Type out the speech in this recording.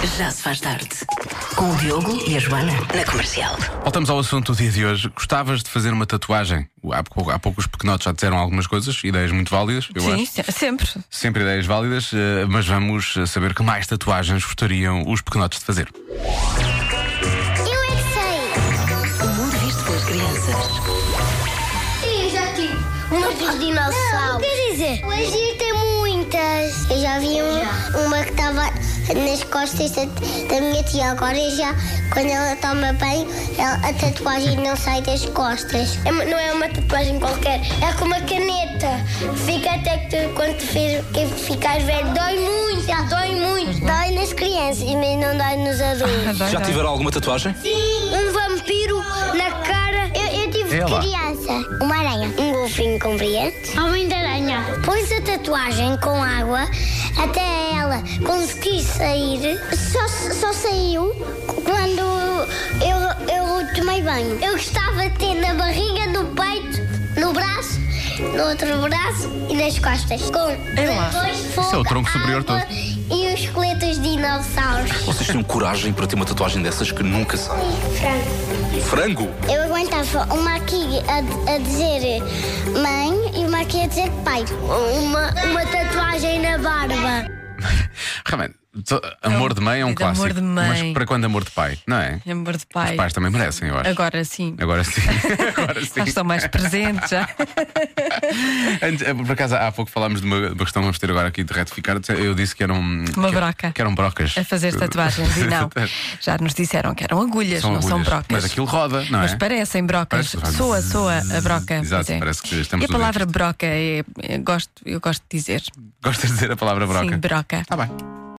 Já se faz tarde. Com o Diogo e a Joana na Comercial. Voltamos ao assunto do dia de hoje. Gostavas de fazer uma tatuagem? Há pouco os pequenotes já disseram algumas coisas, ideias muito válidas, eu Sim, acho. sempre. Sempre ideias válidas, mas vamos saber que mais tatuagens gostariam os pequenotes de fazer. Eu é que sei! O mundo visto pelas crianças. Eu já tive uma dos dinossauros. Quer dizer, o Egito tem muitas. Eu já vi uma que estava nas costas da minha tia. Agora quando ela toma banho, a tatuagem não sai das costas. Não é uma tatuagem qualquer, é com uma caneta. Fica até que quando ficares velho, dói muito. Dói muito. Dói nas crianças, mas não dói nos adultos. Já tiveram alguma tatuagem? Sim, um vampiro na cara. Eu tive criança. Uma aranha. Um golfinho com brilhantes. Homem de aranha. Pões a tatuagem com água até ela conseguir sair. Só saiu quando eu tomei banho. Eu gostava de ter na barriga, no peito, no braço, no outro braço e nas costas. Com dois fogos, Isso é o tronco superior todo. E os esqueletos de dinossauros. Vocês tinham coragem para ter uma tatuagem dessas que nunca sai? Frango. Frango? Eu aguentava uma aqui a dizer mãe e uma aqui a dizer pai. Uma tatuagem na barba. Realmente, amor de mãe é um clássico. Amor de mãe. Mas para quando amor de pai, não é? Amor de pai. Os pais também merecem, eu acho. Agora sim. Agora sim. Agora sim. Já estão mais presentes já. Por acaso, há pouco falámos de uma questão, vamos ter agora aqui de retificar. Eu disse que eram broca. Que eram brocas. A fazer tatuagens. E não. Já nos disseram que eram agulhas, não são brocas. Mas aquilo roda, não é? Mas parecem brocas. Soa a broca. Exato, Pois é. parece que estamos. E a palavra broca eu gosto de dizer. Gostas de dizer a palavra broca? Sim, broca. Está bem.